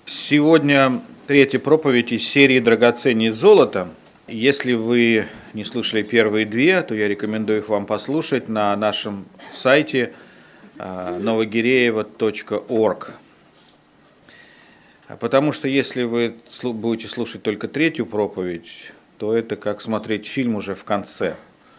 Сегодня третья проповедь из серии «Драгоценнее золота». Если вы не слушали первые две, то я рекомендую их вам послушать на нашем сайте novogиреево.org. Потому что если вы будете слушать только третью проповедь, то это как смотреть фильм уже в конце.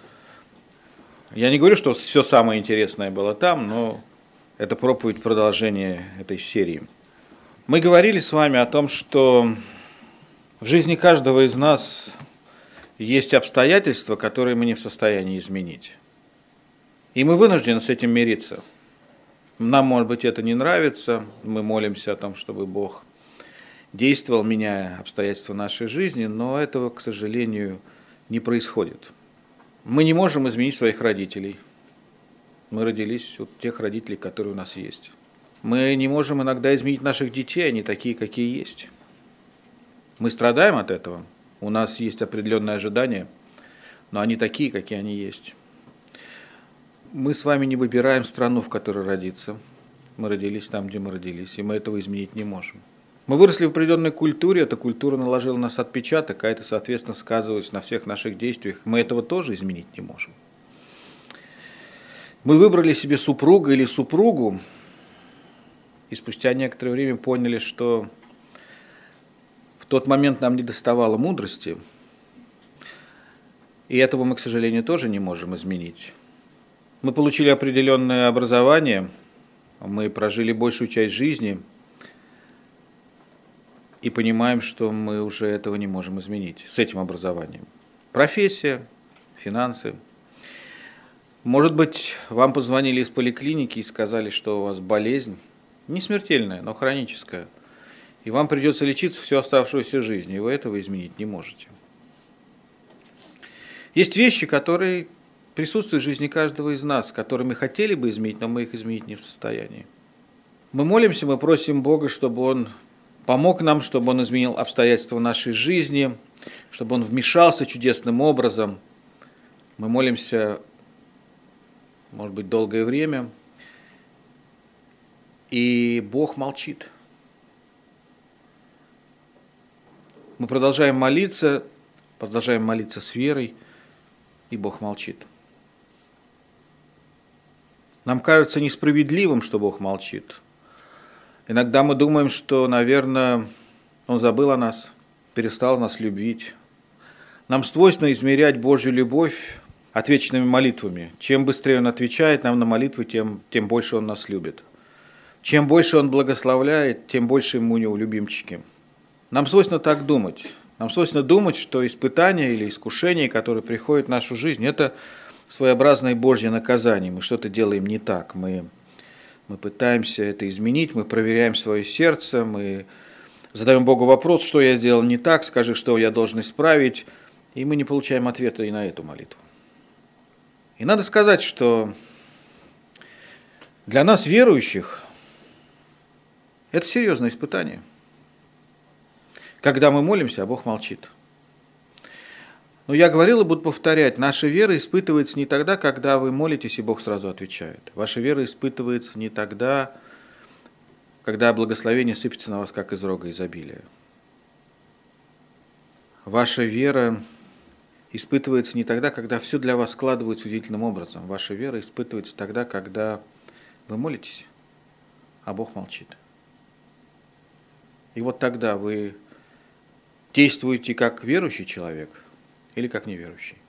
Я не говорю, что все самое интересное было там, но это проповедь продолжения этой серии. Мы говорили с вами о том, что в жизни каждого из нас есть обстоятельства, которые мы не в состоянии изменить. И мы вынуждены с этим мириться. Нам, может быть, это не нравится, мы молимся о том, чтобы Бог действовал, меняя обстоятельства нашей жизни, но этого, к сожалению, не происходит. Мы не можем изменить своих родителей. Мы родились от тех родителей, которые у нас есть. Мы не можем иногда изменить наших детей, они такие, какие есть. Мы страдаем от этого, у нас есть определенные ожидания, но они такие, какие они есть. Мы с вами не выбираем страну, в которой родиться. Мы родились там, где мы родились, и мы этого изменить не можем. Мы выросли в определенной культуре, эта культура наложила на нас отпечаток, а это, соответственно, сказывается на всех наших действиях. Мы этого тоже изменить не можем. Мы выбрали себе супруга или супругу, и спустя некоторое время поняли, что в тот момент нам недоставало мудрости, и этого мы, к сожалению, тоже не можем изменить. Мы получили определенное образование, мы прожили большую часть жизни и понимаем, что мы уже этого не можем изменить с этим образованием. Профессия, финансы. Может быть, вам позвонили из поликлиники и сказали, что у вас болезнь, не смертельная, но хроническая, и вам придется лечиться всю оставшуюся жизнь, и вы этого изменить не можете. Есть вещи, которые присутствуют в жизни каждого из нас, которые мы хотели бы изменить, но мы их изменить не в состоянии. Мы молимся, мы просим Бога, чтобы Он помог нам, чтобы Он изменил обстоятельства нашей жизни, чтобы Он вмешался чудесным образом. Мы молимся, может быть, долгое время, и Бог молчит. Мы продолжаем молиться с верой, и Бог молчит. Нам кажется несправедливым, что Бог молчит. Иногда мы думаем, что, наверное, Он забыл о нас, перестал нас любить. Нам свойственно измерять Божью любовь отвеченными молитвами. Чем быстрее Он отвечает нам на молитвы, тем больше Он нас любит. Чем больше Он благословляет, тем больше мы у Него любимчики. Нам свойственно так думать. Нам свойственно думать, что испытания или искушения, которые приходят в нашу жизнь, это своеобразное Божье наказание. Мы что-то делаем не так. Мы пытаемся это изменить, мы проверяем свое сердце, мы задаем Богу вопрос, что я сделал не так, скажи, что я должен исправить, и мы не получаем ответа и на эту молитву. И надо сказать, что для нас, верующих, это серьезное испытание. Когда мы молимся, а Бог молчит. Но я говорил и буду повторять, наша вера испытывается не тогда, когда вы молитесь, и Бог сразу отвечает. Ваша вера испытывается не тогда, когда благословение сыпется на вас, как из рога изобилия. Ваша вера испытывается не тогда, когда все для вас складывается удивительным образом. Ваша вера испытывается тогда, когда вы молитесь, а Бог молчит. И вот тогда вы действуете как верующий человек или как неверующий.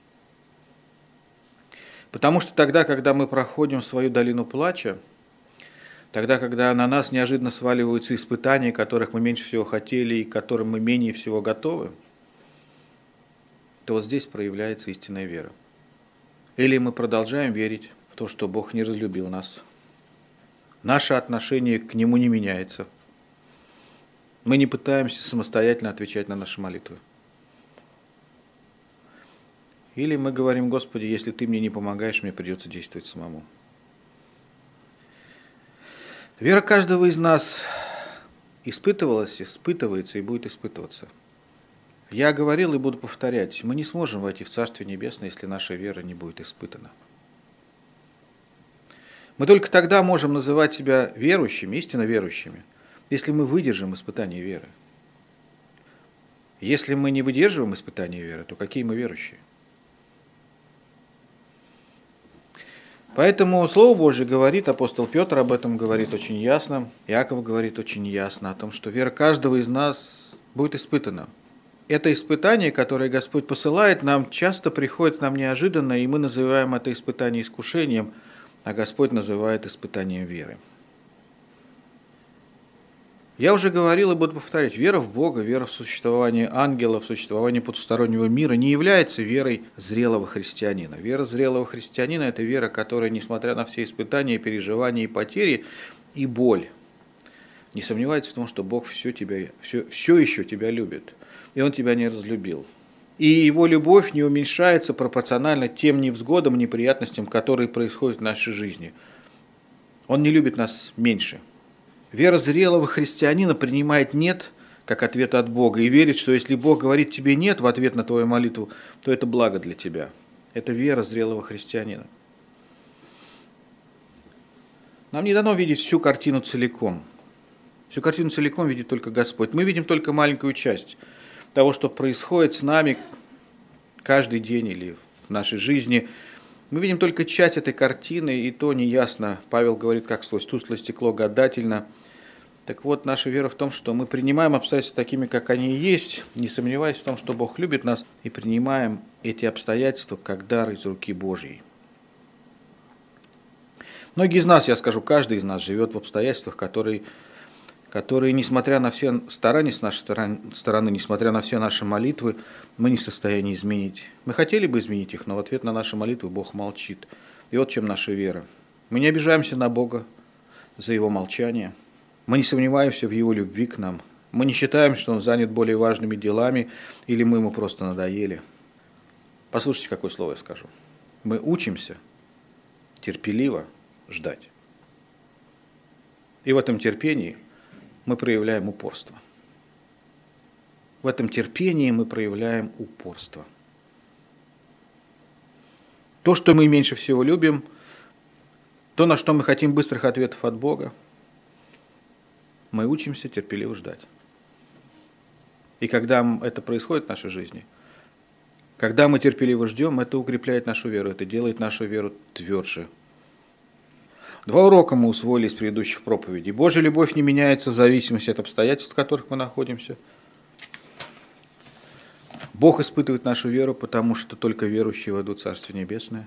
Потому что тогда, когда мы проходим свою долину плача, тогда, когда на нас неожиданно сваливаются испытания, которых мы меньше всего хотели и к которым мы менее всего готовы, то вот здесь проявляется истинная вера. Или мы продолжаем верить в то, что Бог не разлюбил нас. Наше отношение к Нему не меняется. Мы не пытаемся самостоятельно отвечать на наши молитвы. Или мы говорим: Господи, если Ты мне не помогаешь, мне придется действовать самому. Вера каждого из нас испытывалась, испытывается и будет испытываться. Я говорил и буду повторять, мы не сможем войти в Царствие Небесное, если наша вера не будет испытана. Мы только тогда можем называть себя верующими, истинно верующими, если мы выдержим испытание веры. Если мы не выдерживаем испытание веры, то какие мы верующие? Поэтому Слово Божье говорит, апостол Петр об этом говорит очень ясно, Иаков говорит очень ясно о том, что вера каждого из нас будет испытана. Это испытание, которое Господь посылает нам, часто приходит к нам неожиданно, и мы называем это испытание искушением, а Господь называет испытанием веры. Я уже говорил и буду повторять, вера в Бога, вера в существование ангелов, в существование потустороннего мира не является верой зрелого христианина. Вера зрелого христианина – это вера, которая, несмотря на все испытания, переживания и потери, и боль, не сомневается в том, что Бог все еще тебя любит, и Он тебя не разлюбил. И Его любовь не уменьшается пропорционально тем невзгодам, неприятностям, которые происходят в нашей жизни. Он не любит нас меньше. Вера зрелого христианина принимает «нет» как ответ от Бога и верит, что если Бог говорит тебе «нет» в ответ на твою молитву, то это благо для тебя. Это вера зрелого христианина. Нам не дано видеть всю картину целиком. Всю картину целиком видит только Господь. Мы видим только маленькую часть того, что происходит с нами каждый день или в нашей жизни. Мы видим только часть этой картины, и то неясно. Павел говорит, как сквозь тусклое стекло гадательно. Так вот, наша вера в том, что мы принимаем обстоятельства такими, как они есть, не сомневаясь в том, что Бог любит нас, и принимаем эти обстоятельства как дар из руки Божьей. Многие из нас, я скажу, каждый из нас живет в обстоятельствах, которые, несмотря на все старания с нашей стороны, несмотря на все наши молитвы, мы не в состоянии изменить. Мы хотели бы изменить их, но в ответ на наши молитвы Бог молчит. И вот в чем наша вера. Мы не обижаемся на Бога за Его молчание. Мы не сомневаемся в Его любви к нам. Мы не считаем, что Он занят более важными делами, или мы Ему просто надоели. Послушайте, какое слово я скажу. Мы учимся терпеливо ждать. И в этом терпении мы проявляем упорство. В этом терпении мы проявляем упорство. То, что мы меньше всего любим, то, на что мы хотим быстрых ответов от Бога, мы учимся терпеливо ждать. И когда это происходит в нашей жизни, когда мы терпеливо ждем, это укрепляет нашу веру, это делает нашу веру тверже. 2 урока мы усвоили из предыдущих проповедей. Божья любовь не меняется в зависимости от обстоятельств, в которых мы находимся. Бог испытывает нашу веру, потому что только верующие войдут в Царствие Небесное.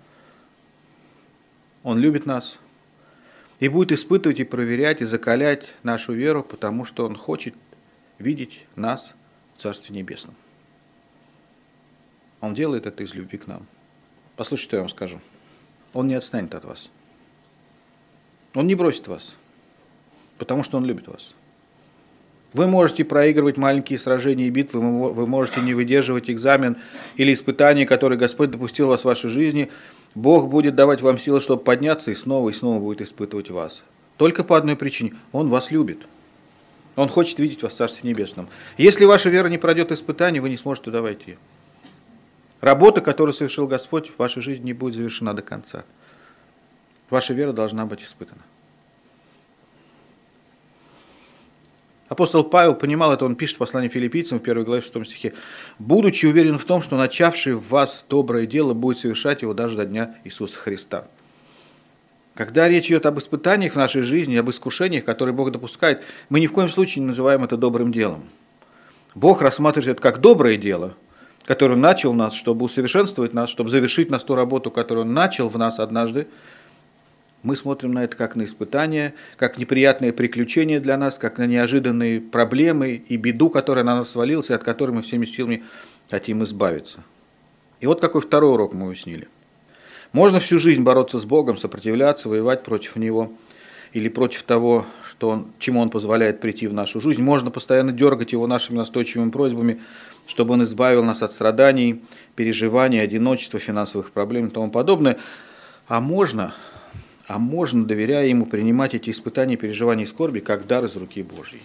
Он любит нас и будет испытывать, и проверять, и закалять нашу веру, потому что Он хочет видеть нас в Царстве Небесном. Он делает это из любви к нам. Послушайте, что я вам скажу. Он не отстанет от вас. Он не бросит вас, потому что Он любит вас. Вы можете проигрывать маленькие сражения и битвы, вы можете не выдерживать экзамен или испытания, которые Господь допустил у вас в вашей жизни. Бог будет давать вам силы, чтобы подняться, и снова будет испытывать вас. Только по одной причине. Он вас любит. Он хочет видеть вас в Царстве Небесном. Если ваша вера не пройдет испытание, вы не сможете туда войти. Работа, которую совершил Господь, в вашей жизни не будет завершена до конца. Ваша вера должна быть испытана. Апостол Павел понимал это, он пишет в послании Филиппийцам в 1 главе 6 стихе. «Будучи уверен в том, что начавший в вас доброе дело будет совершать его даже до дня Иисуса Христа». Когда речь идет об испытаниях в нашей жизни, об искушениях, которые Бог допускает, мы ни в коем случае не называем это добрым делом. Бог рассматривает это как доброе дело, которое Он начал в нас, чтобы усовершенствовать нас, чтобы завершить нас ту работу, которую Он начал в нас однажды. Мы смотрим на это как на испытание, как неприятное приключение для нас, как на неожиданные проблемы и беду, которая на нас свалилась, и от которой мы всеми силами хотим избавиться. И вот какой второй урок мы уяснили. Можно всю жизнь бороться с Богом, сопротивляться, воевать против Него или против того, чему Он позволяет прийти в нашу жизнь. Можно постоянно дергать Его нашими настойчивыми просьбами, чтобы Он избавил нас от страданий, переживаний, одиночества, финансовых проблем и тому подобное. А можно, доверяя Ему, принимать эти испытания, переживания и скорби, как дар из руки Божьей.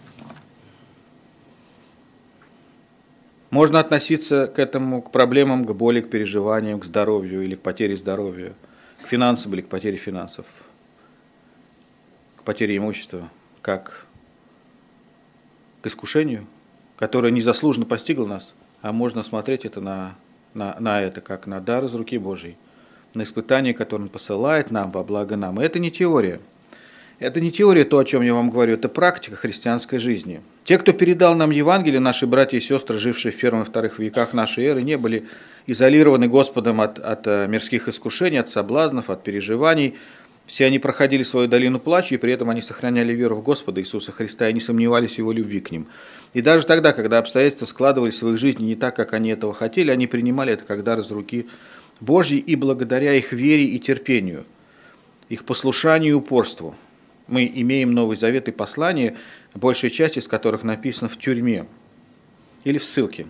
Можно относиться к этому, к проблемам, к боли, к переживаниям, к здоровью или к потере здоровья, к финансам или к потере финансов, к потере имущества, как к искушению, которое незаслуженно постигло нас, а можно смотреть это на это как на дар из руки Божьей, на испытание, которое Он посылает нам во благо нам. И это не теория. Это не теория, то, о чем я вам говорю, это практика христианской жизни. Те, кто передал нам Евангелие, наши братья и сестры, жившие в первом и вторых веках нашей эры, не были изолированы Господом от мирских искушений, от соблазнов, от переживаний. Все они проходили свою долину плача, и при этом они сохраняли веру в Господа Иисуса Христа и не сомневались в Его любви к ним. И даже тогда, когда обстоятельства складывались в их жизни не так, как они этого хотели, они принимали это как дар из руки Божьей, и благодаря их вере и терпению, их послушанию и упорству, мы имеем Новый Завет и послание, большая часть из которых написана в тюрьме или в ссылке.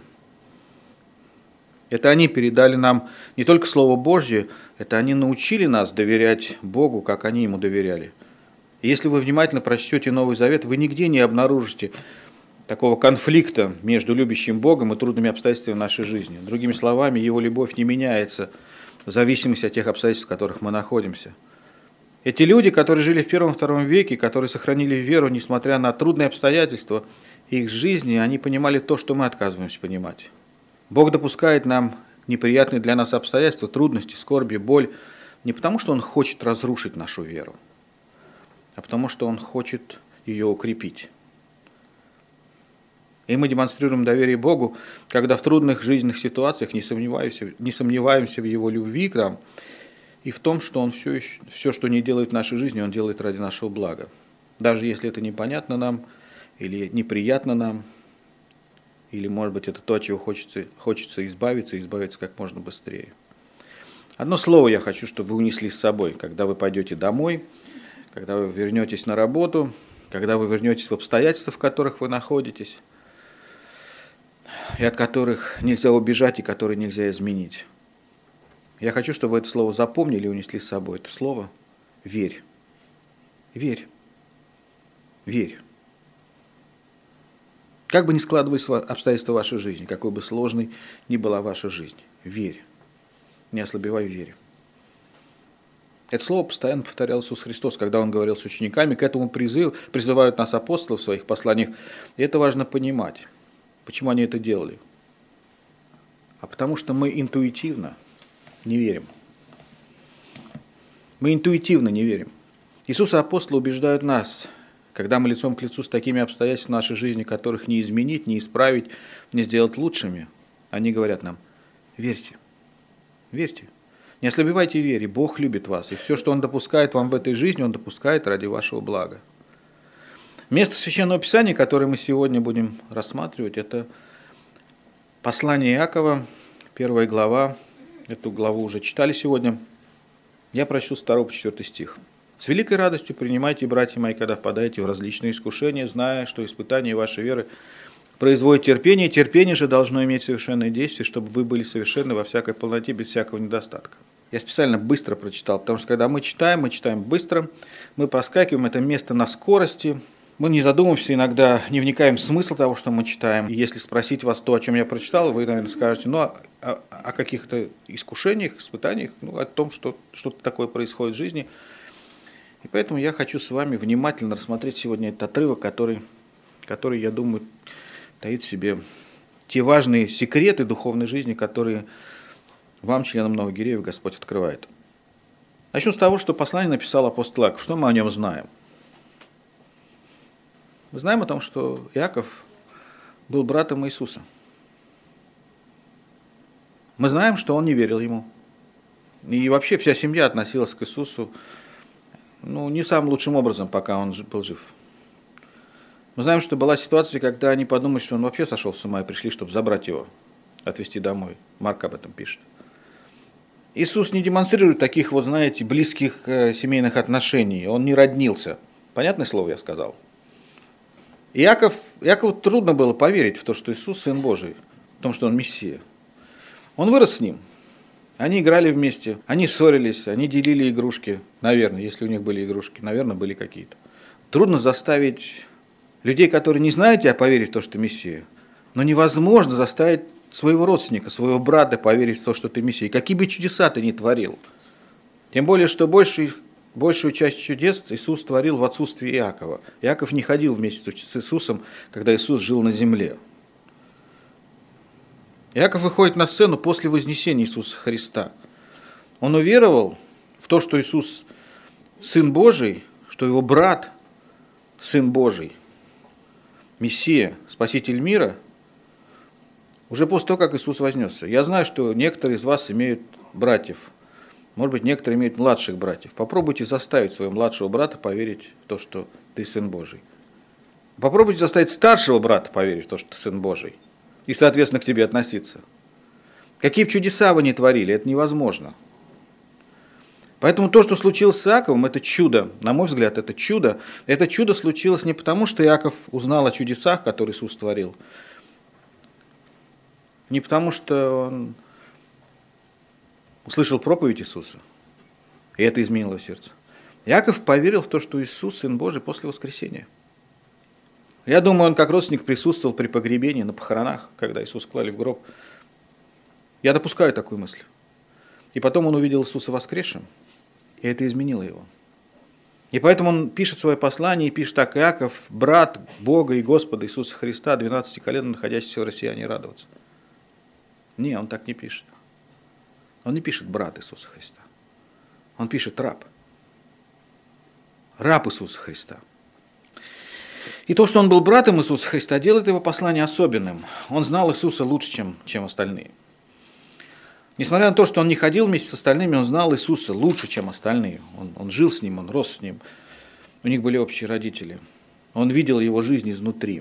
Это они передали нам не только Слово Божье, это они научили нас доверять Богу, как они Ему доверяли. И если вы внимательно прочтете Новый Завет, вы нигде не обнаружите такого конфликта между любящим Богом и трудными обстоятельствами нашей жизни. Другими словами, Его любовь не меняется в зависимости от тех обстоятельств, в которых мы находимся. Эти люди, которые жили в первом и втором веке, которые сохранили веру, несмотря на трудные обстоятельства их жизни, они понимали то, что мы отказываемся понимать. Бог допускает нам неприятные для нас обстоятельства, трудности, скорби, боль, не потому, что Он хочет разрушить нашу веру, а потому, что Он хочет ее укрепить. И мы демонстрируем доверие Богу, когда в трудных жизненных ситуациях не сомневаемся в Его любви к нам и в том, что Он все, что не делает в нашей жизни, Он делает ради нашего блага. Даже если это непонятно нам или неприятно нам, или, может быть, это то, от чего хочется избавиться как можно быстрее. Одно слово я хочу, чтобы вы унесли с собой, когда вы пойдете домой, когда вы вернетесь на работу, когда вы вернетесь в обстоятельства, в которых вы находитесь, и от которых нельзя убежать, и которые нельзя изменить. Я хочу, чтобы вы это слово запомнили и унесли с собой. Это слово «верь». Верь. Верь. Как бы ни складывались обстоятельства вашей жизни, какой бы сложной ни была ваша жизнь, верь. Не ослабевай в вере. Это слово постоянно повторял Иисус Христос, когда Он говорил с учениками. К этому призывают нас апостолы в своих посланиях. И это важно понимать. Почему они это делали? А потому что мы интуитивно не верим. Мы интуитивно не верим. Иисус и апостолы убеждают нас, когда мы лицом к лицу с такими обстоятельствами нашей жизни, которых не изменить, не исправить, не сделать лучшими, они говорят нам: верьте, верьте, не ослабевайте в вере, Бог любит вас, и все, что Он допускает вам в этой жизни, Он допускает ради вашего блага. Место Священного Писания, которое мы сегодня будем рассматривать, это послание Иакова, 1 глава, эту главу уже читали сегодня, я прочту с 2 по 4 стих. «С великой радостью принимайте, братья мои, когда впадаете в различные искушения, зная, что испытание вашей веры производит терпение. Терпение же должно иметь совершенное действие, чтобы вы были совершенны во всякой полноте, без всякого недостатка». Я специально быстро прочитал, потому что когда мы читаем быстро, мы проскакиваем это место на скорости, мы не задумываемся иногда, не вникаем в смысл того, что мы читаем. И если спросить вас то, о чем я прочитал, вы, наверное, скажете, о каких-то искушениях, испытаниях, о том, что что-то такое происходит в жизни. И поэтому я хочу с вами внимательно рассмотреть сегодня этот отрывок, который, я думаю, таит в себе те важные секреты духовной жизни, которые вам, членам Новых Гиреев, Господь открывает. Начну с того, что послание написал апостол Иаков. Что мы о нем знаем? Мы знаем о том, что Иаков был братом Иисуса. Мы знаем, что он не верил ему. И вообще вся семья относилась к Иисусу не самым лучшим образом, пока он был жив. Мы знаем, что была ситуация, когда они подумали, что он вообще сошел с ума, и пришли, чтобы забрать его, отвезти домой. Марк об этом пишет. Иисус не демонстрирует таких, близких семейных отношений. Он не роднился. Понятное слово я сказал? Иакову трудно было поверить в то, что Иисус Сын Божий, в том, что Он Мессия. Он вырос с Ним. Они играли вместе, они ссорились, они делили игрушки. Наверное, если у них были игрушки, наверное, были какие-то. Трудно заставить людей, которые не знают тебя, поверить в то, что ты Мессия. Но невозможно заставить своего родственника, своего брата поверить в то, что ты Мессия. И какие бы чудеса ты ни творил. Тем более, что больше большую часть чудес Иисус творил в отсутствии Иакова. Иаков не ходил вместе с Иисусом, когда Иисус жил на земле. Иаков выходит на сцену после вознесения Иисуса Христа. Он уверовал в то, что Иисус Сын Божий, что его брат Сын Божий, Мессия, Спаситель мира, уже после того, как Иисус вознесся. Я знаю, что некоторые из вас имеют братьев, может быть, некоторые имеют младших братьев. Попробуйте заставить своего младшего брата поверить в то, что ты Сын Божий. Попробуйте заставить старшего брата поверить в то, что ты Сын Божий, и, соответственно, к тебе относиться. Какие бы чудеса вы ни творили, это невозможно. Поэтому то, что случилось с Иаковом, это чудо. На мой взгляд, это чудо. Это чудо случилось не потому, что Иаков узнал о чудесах, которые Иисус творил, не потому, что он услышал проповедь Иисуса, и это изменило его сердце. Иаков поверил в то, что Иисус Сын Божий после воскресения. Я думаю, он как родственник присутствовал при погребении, на похоронах, когда Иисуса клали в гроб. Я допускаю такую мысль. И потом он увидел Иисуса воскресшим, и это изменило его. И поэтому он пишет свое послание, и пишет так: Иаков, брат Бога и Господа Иисуса Христа, 12 колен, находящихся в россиянии, радоваться. Не, он так не пишет. Он не пишет брат Иисуса Христа. Он пишет раб. Раб Иисуса Христа. И то, что он был братом Иисуса Христа, делает его послание особенным. Он знал Иисуса лучше, чем остальные. Несмотря на то, что он не ходил вместе с остальными, он знал Иисуса лучше, чем остальные. Он жил с ним, он рос с ним. У них были общие родители. Он видел его жизнь изнутри.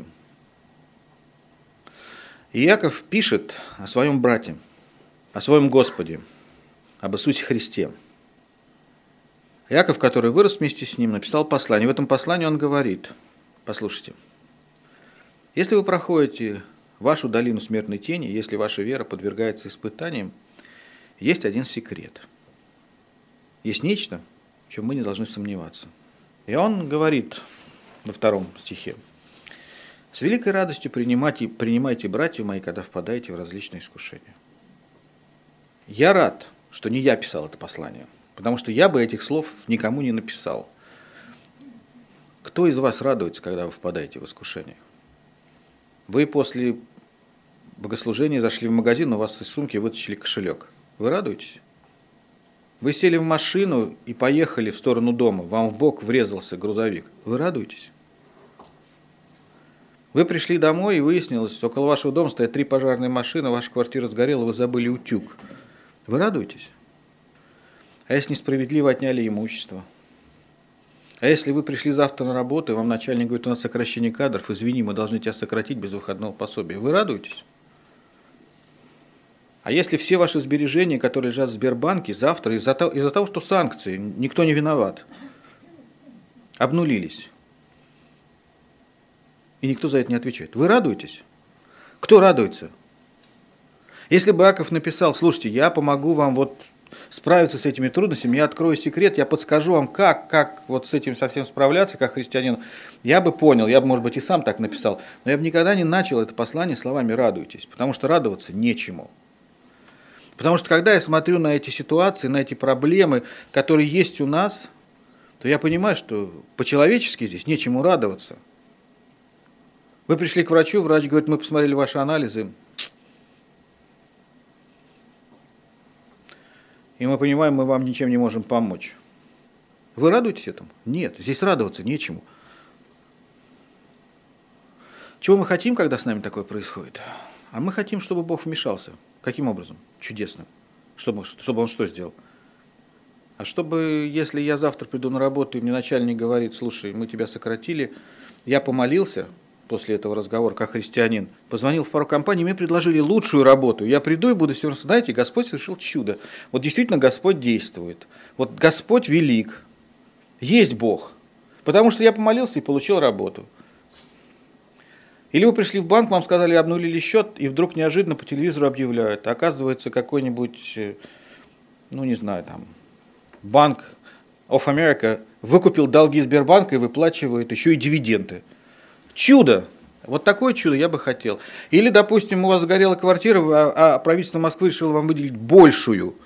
И Иаков пишет о своем брате, о своем Господе, об Иисусе Христе. Иаков, который вырос вместе с ним, написал послание. В этом послании он говорит: послушайте, если вы проходите вашу долину смертной тени, если ваша вера подвергается испытаниям, есть один секрет. Есть нечто, в чем мы не должны сомневаться. И он говорит во 2 стихе: «С великой радостью принимайте, братья мои, когда впадаете в различные искушения». Я рад, что не я писал это послание, потому что я бы этих слов никому не написал. Кто из вас радуется, когда вы впадаете в искушение? Вы после богослужения зашли в магазин, у вас из сумки вытащили кошелек. Вы радуетесь? Вы сели в машину и поехали в сторону дома, вам в бок врезался грузовик. Вы радуетесь? Вы пришли домой, и выяснилось, что около вашего дома стоят 3 пожарные машины, ваша квартира сгорела, вы забыли утюг. Вы радуетесь? А если несправедливо отняли имущество? А если вы пришли завтра на работу, и вам начальник говорит: у нас сокращение кадров, извини, мы должны тебя сократить без выходного пособия. Вы радуетесь? А если все ваши сбережения, которые лежат в Сбербанке, завтра из-за того, что санкции, никто не виноват, обнулились, и никто за это не отвечает, вы радуетесь? Кто радуется? Если бы Иаков написал: слушайте, я помогу вам вот справиться с этими трудностями, я открою секрет, я подскажу вам, как вот с этим совсем справляться, как христианин, я бы понял, я бы, может быть, и сам так написал, но я бы никогда не начал это послание словами «радуйтесь», потому что радоваться нечему. Потому что когда я смотрю на эти ситуации, на эти проблемы, которые есть у нас, то я понимаю, что по-человечески здесь нечему радоваться. Вы пришли к врачу, врач говорит: мы посмотрели ваши анализы, и мы понимаем, мы вам ничем не можем помочь. Вы радуетесь этому? Нет, здесь радоваться нечему. Чего мы хотим, когда с нами такое происходит? А мы хотим, чтобы Бог вмешался. Каким образом? Чудесным. Чтобы Он что сделал? А чтобы, если я завтра приду на работу, и мне начальник говорит: слушай, мы тебя сократили, я помолился после этого разговора, как христианин, позвонил в пару компаний, мне предложили лучшую работу, я приду и буду все равно, знаете, Господь совершил чудо. Вот действительно Господь действует. Вот Господь велик. Есть Бог. Потому что я помолился и получил работу. Или вы пришли в банк, вам сказали, обнулили счет, и вдруг неожиданно по телевизору объявляют. Оказывается, какой-нибудь, ну не знаю, там, Bank of America выкупил долги Сбербанка и выплачивает еще и дивиденды. Чудо! Вот такое чудо я бы хотел. Или, допустим, у вас сгорела квартира, а правительство Москвы решило вам выделить большую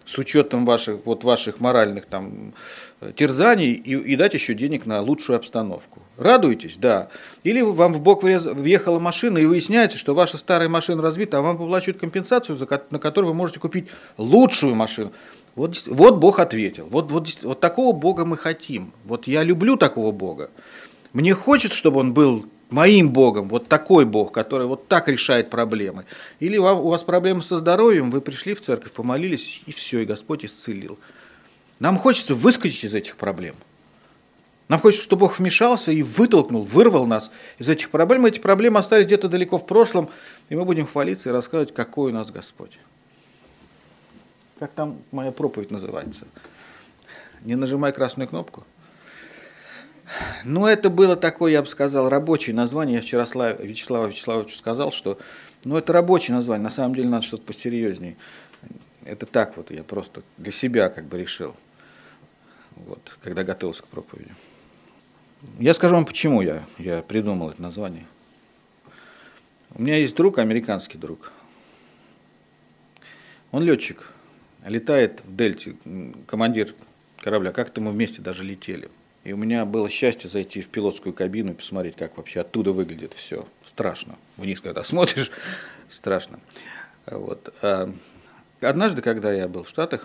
с учетом ваших моральных там терзаний и дать еще денег на лучшую обстановку. Радуетесь? Да. Или вам в бок въехала машина и выясняется, что ваша старая машина разбита, а вам выплачивают компенсацию, на которую вы можете купить лучшую машину. Вот Бог ответил. Вот такого Бога мы хотим. Вот я люблю такого Бога. Мне хочется, чтобы он был моим Богом, вот такой Бог, который вот так решает проблемы. Или у вас проблемы со здоровьем, вы пришли в церковь, помолились, и все, и Господь исцелил. Нам хочется выскочить из этих проблем. Нам хочется, чтобы Бог вмешался и вырвал нас из этих проблем. Эти проблемы остались где-то далеко в прошлом, и мы будем хвалиться и рассказывать, какой у нас Господь. Как там моя проповедь называется? Не нажимай красную кнопку. Ну, это было такое, я бы сказал, рабочее название. Я вчера Вячеславу Вячеславовичу сказал, что это рабочее название, на самом деле надо что-то посерьезнее. Это так вот, я просто для себя как бы решил, когда готовился к проповеди. Я скажу вам, почему я придумал это название. У меня есть друг, американский друг. Он летчик, летает в Дельте, командир корабля. Как-то мы вместе даже летели. И у меня было счастье зайти в пилотскую кабину и посмотреть, как вообще оттуда выглядит все. Страшно. Вниз, когда смотришь, страшно. Однажды, когда я был в Штатах,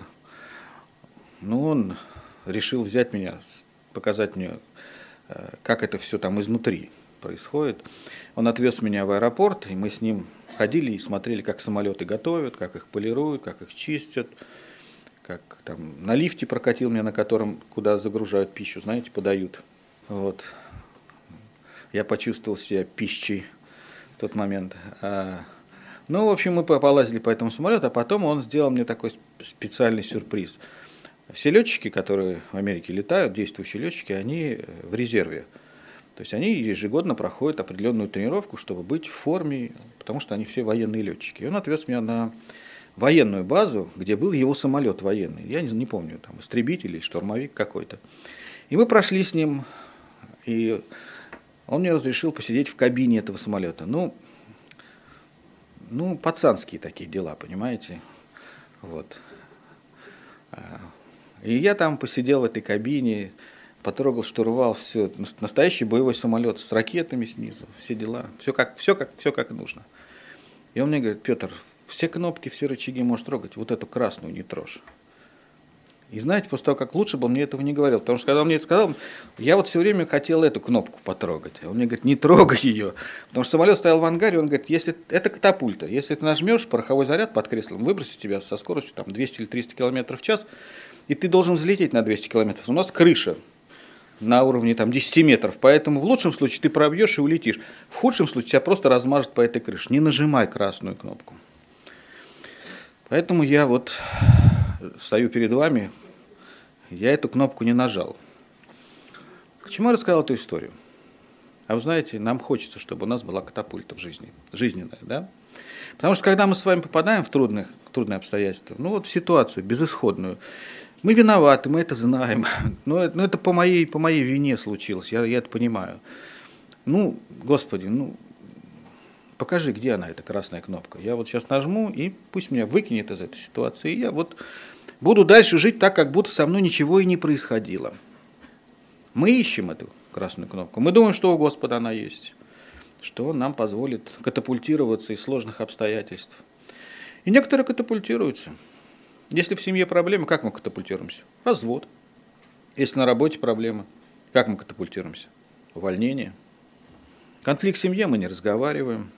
он решил взять меня, показать мне, как это все там изнутри происходит. Он отвез меня в аэропорт, и мы с ним ходили и смотрели, как самолеты готовят, как их полируют, как их чистят. Как там на лифте прокатил меня, на котором куда загружают пищу, знаете, подают. Я почувствовал себя пищей в тот момент. В общем, мы полазили по этому самолету, а потом он сделал мне такой специальный сюрприз. Все летчики, которые в Америке летают, действующие летчики, они в резерве. То есть они ежегодно проходят определенную тренировку, чтобы быть в форме, потому что они все военные летчики. И он отвез меня на военную базу, где был его самолет военный. Я не помню, там истребитель или штурмовик какой-то. И мы прошли с ним, и он мне разрешил посидеть в кабине этого самолета. Пацанские такие дела, понимаете? И я там посидел в этой кабине, потрогал штурвал, все. Настоящий боевой самолет с ракетами снизу, все дела, все как нужно. И он мне говорит: Петр, все кнопки, все рычаги можешь трогать, вот эту красную не трожь. И знаете, после того, как лучше был, мне этого не говорил. Потому что когда он мне это сказал, я все время хотел эту кнопку потрогать. Он мне говорит: не трогай ее. Потому что самолет стоял в ангаре, он говорит: если это катапульта, если ты нажмешь, пороховой заряд под креслом выбросит тебя со скоростью 200 или 300 км в час, и ты должен взлететь на 200 км. У нас крыша на уровне 10 метров, поэтому в лучшем случае ты пробьешь и улетишь. В худшем случае тебя просто размажет по этой крыше. Не нажимай красную кнопку. Поэтому я стою перед вами, я эту кнопку не нажал. К чему я рассказал эту историю? А вы знаете, нам хочется, чтобы у нас была катапульта в жизни, жизненная, да? Потому что когда мы с вами попадаем в трудные обстоятельства, в ситуацию безысходную, мы виноваты, мы это знаем, но это по моей вине случилось, я это понимаю. Господи, покажи, где она, эта красная кнопка. Я сейчас нажму, и пусть меня выкинет из этой ситуации, и я буду дальше жить так, как будто со мной ничего и не происходило. Мы ищем эту красную кнопку. Мы думаем, что у Господа она есть, что Он нам позволит катапультироваться из сложных обстоятельств. И некоторые катапультируются. Если в семье проблемы, как мы катапультируемся? Развод. Если на работе проблемы, как мы катапультируемся? Увольнение. Конфликт в семье, мы не разговариваем.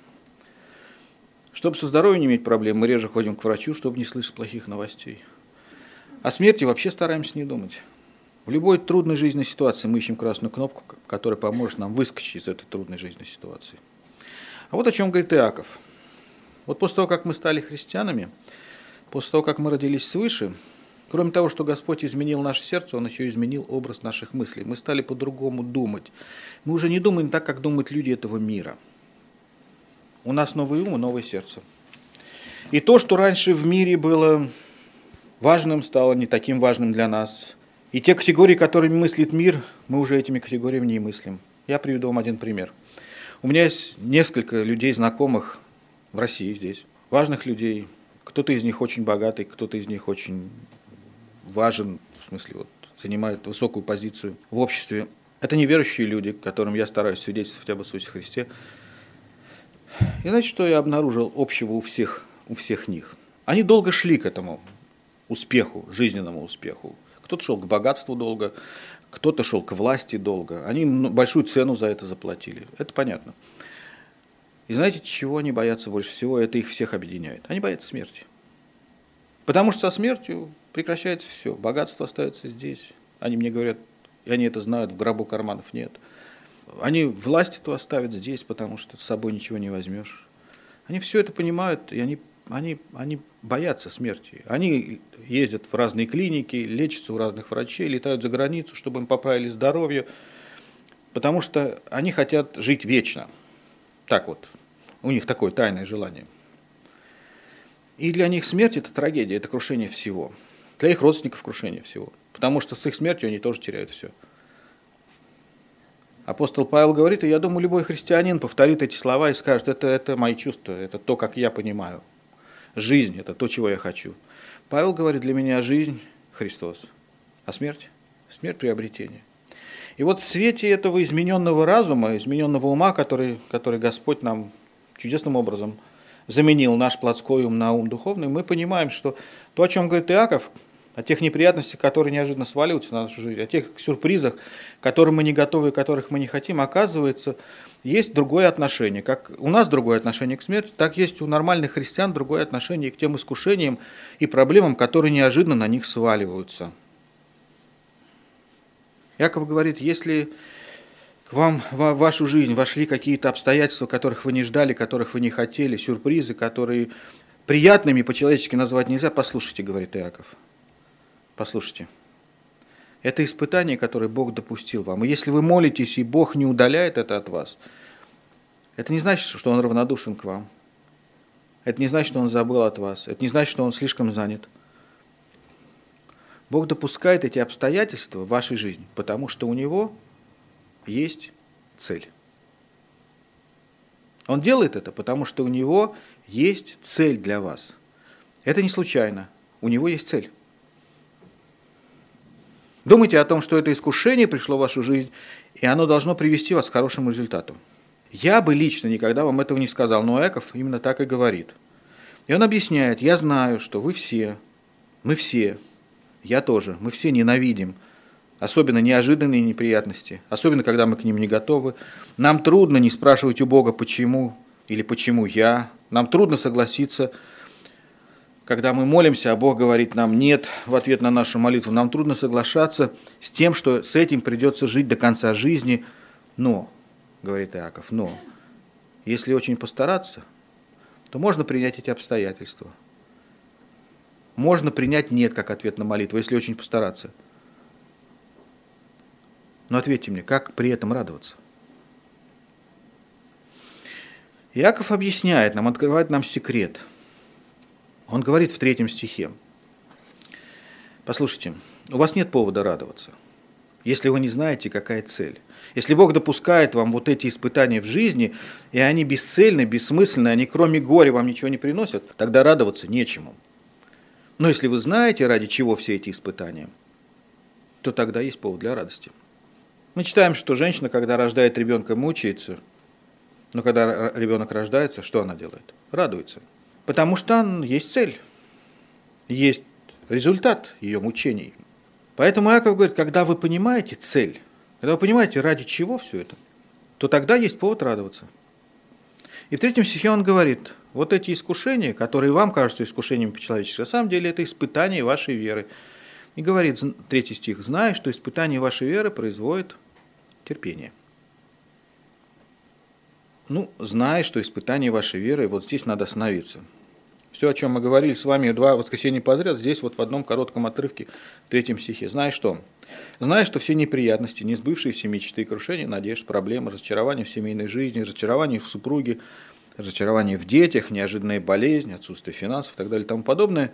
Чтобы со здоровьем не иметь проблем, мы реже ходим к врачу, чтобы не слышать плохих новостей. О смерти вообще стараемся не думать. В любой трудной жизненной ситуации мы ищем красную кнопку, которая поможет нам выскочить из этой трудной жизненной ситуации. А вот о чем говорит Иаков. После того, как мы стали христианами, после того, как мы родились свыше, кроме того, что Господь изменил наше сердце, Он еще изменил образ наших мыслей. Мы стали по-другому думать. Мы уже не думаем так, как думают люди этого мира. У нас новый ум и новое сердце. И то, что раньше в мире было важным, стало не таким важным для нас. И те категории, которыми мыслит мир, мы уже этими категориями не мыслим. Я приведу вам один пример. У меня есть несколько людей, знакомых в России здесь, важных людей, Кто-то из них очень богатый, кто-то из них очень важен, в смысле, вот, занимает высокую позицию в обществе. Это неверующие люди, которым я стараюсь свидетельствовать об Иисусе Христе. И знаете, что я обнаружил общего у всех них? Они долго шли к этому успеху, жизненному успеху. Кто-то шел к богатству долго, кто-то шел к власти долго. Они большую цену за это заплатили. Это понятно. И знаете, чего они боятся больше всего? Это их всех объединяет. Они боятся смерти. Потому что со смертью прекращается все. Богатство остается здесь. Они мне говорят, и они это знают, в гробу карманов нет. Они власть эту оставят здесь, потому что с собой ничего не возьмешь. Они все это понимают, и они боятся смерти. Они ездят в разные клиники, лечатся у разных врачей, летают за границу, чтобы им поправили здоровье, потому что они хотят жить вечно. Так вот, у них такое тайное желание. И для них смерть – это трагедия, это крушение всего. Для их родственников крушение всего. Потому что с их смертью они тоже теряют все. Апостол Павел говорит, и я думаю, любой христианин повторит эти слова и скажет, это мои чувства, это то, как я понимаю. Жизнь – это то, чего я хочу. Павел говорит, для меня жизнь – Христос, а смерть – смерть приобретения. И вот в свете этого измененного разума, измененного ума, который Господь нам чудесным образом заменил наш плотской ум на ум духовный, мы понимаем, что то, о чем говорит Иаков, о тех неприятностях, которые неожиданно сваливаются на нашу жизнь, о тех сюрпризах, к которым мы не готовы, которых мы не хотим, оказывается, есть другое отношение. Как у нас другое отношение к смерти, так есть у нормальных христиан другое отношение к тем искушениям и проблемам, которые неожиданно на них сваливаются. Иаков говорит, если к вам в вашу жизнь вошли какие-то обстоятельства, которых вы не ждали, которых вы не хотели, сюрпризы, которые приятными по-человечески назвать нельзя, послушайте, говорит Иаков. Послушайте, это испытание, которое Бог допустил вам. И если вы молитесь, и Бог не удаляет это от вас, это не значит, что Он равнодушен к вам. Это не значит, что Он забыл от вас. Это не значит, что Он слишком занят. Бог допускает эти обстоятельства в вашей жизни, потому что у Него есть цель. Он делает это, потому что у Него есть цель для вас. Это не случайно. У Него есть цель. Думайте о том, что это искушение пришло в вашу жизнь, и оно должно привести вас к хорошему результату. Я бы лично никогда вам этого не сказал, но Иаков именно так и говорит. И он объясняет, я знаю, что мы все, я тоже, мы все ненавидим, особенно неожиданные неприятности, особенно когда мы к ним не готовы. Нам трудно не спрашивать у Бога, почему или почему я. Нам трудно согласиться, когда мы молимся, а Бог говорит нам «нет» в ответ на нашу молитву. Нам трудно соглашаться с тем, что с этим придется жить до конца жизни. Но, говорит Иаков, но, если очень постараться, то можно принять эти обстоятельства. Можно принять «нет» как ответ на молитву, если очень постараться. Но ответьте мне, как при этом радоваться? Иаков объясняет нам, открывает нам секрет. Он говорит в 3 стихе. Послушайте, у вас нет повода радоваться, если вы не знаете, какая цель. Если Бог допускает вам вот эти испытания в жизни, и они бесцельны, бессмысленны, они кроме горя вам ничего не приносят, тогда радоваться нечему. Но если вы знаете, ради чего все эти испытания, то тогда есть повод для радости. Мы читаем, что женщина, когда рождает ребенка, мучается, но когда ребенок рождается, что она делает? Радуется. Потому что есть цель, есть результат ее мучений. Поэтому Иаков говорит, когда вы понимаете цель, когда вы понимаете, ради чего все это, то тогда есть повод радоваться. И в 3 стихе он говорит, вот эти искушения, которые вам кажутся искушениями по-человечески, на самом деле это испытание вашей веры. И говорит 3 стих, зная, что испытание вашей веры производит терпение. Зная, что испытание вашей веры, вот здесь надо остановиться. Все, о чем мы говорили с вами 2 воскресенья подряд, здесь вот в одном коротком отрывке, в 3 стихе. Знаешь что? Знаешь, что все неприятности, несбывшиеся мечты, крушения надежд, проблемы, разочарования в семейной жизни, разочарования в супруге, разочарования в детях, неожиданные болезни, отсутствие финансов и так далее и тому подобное.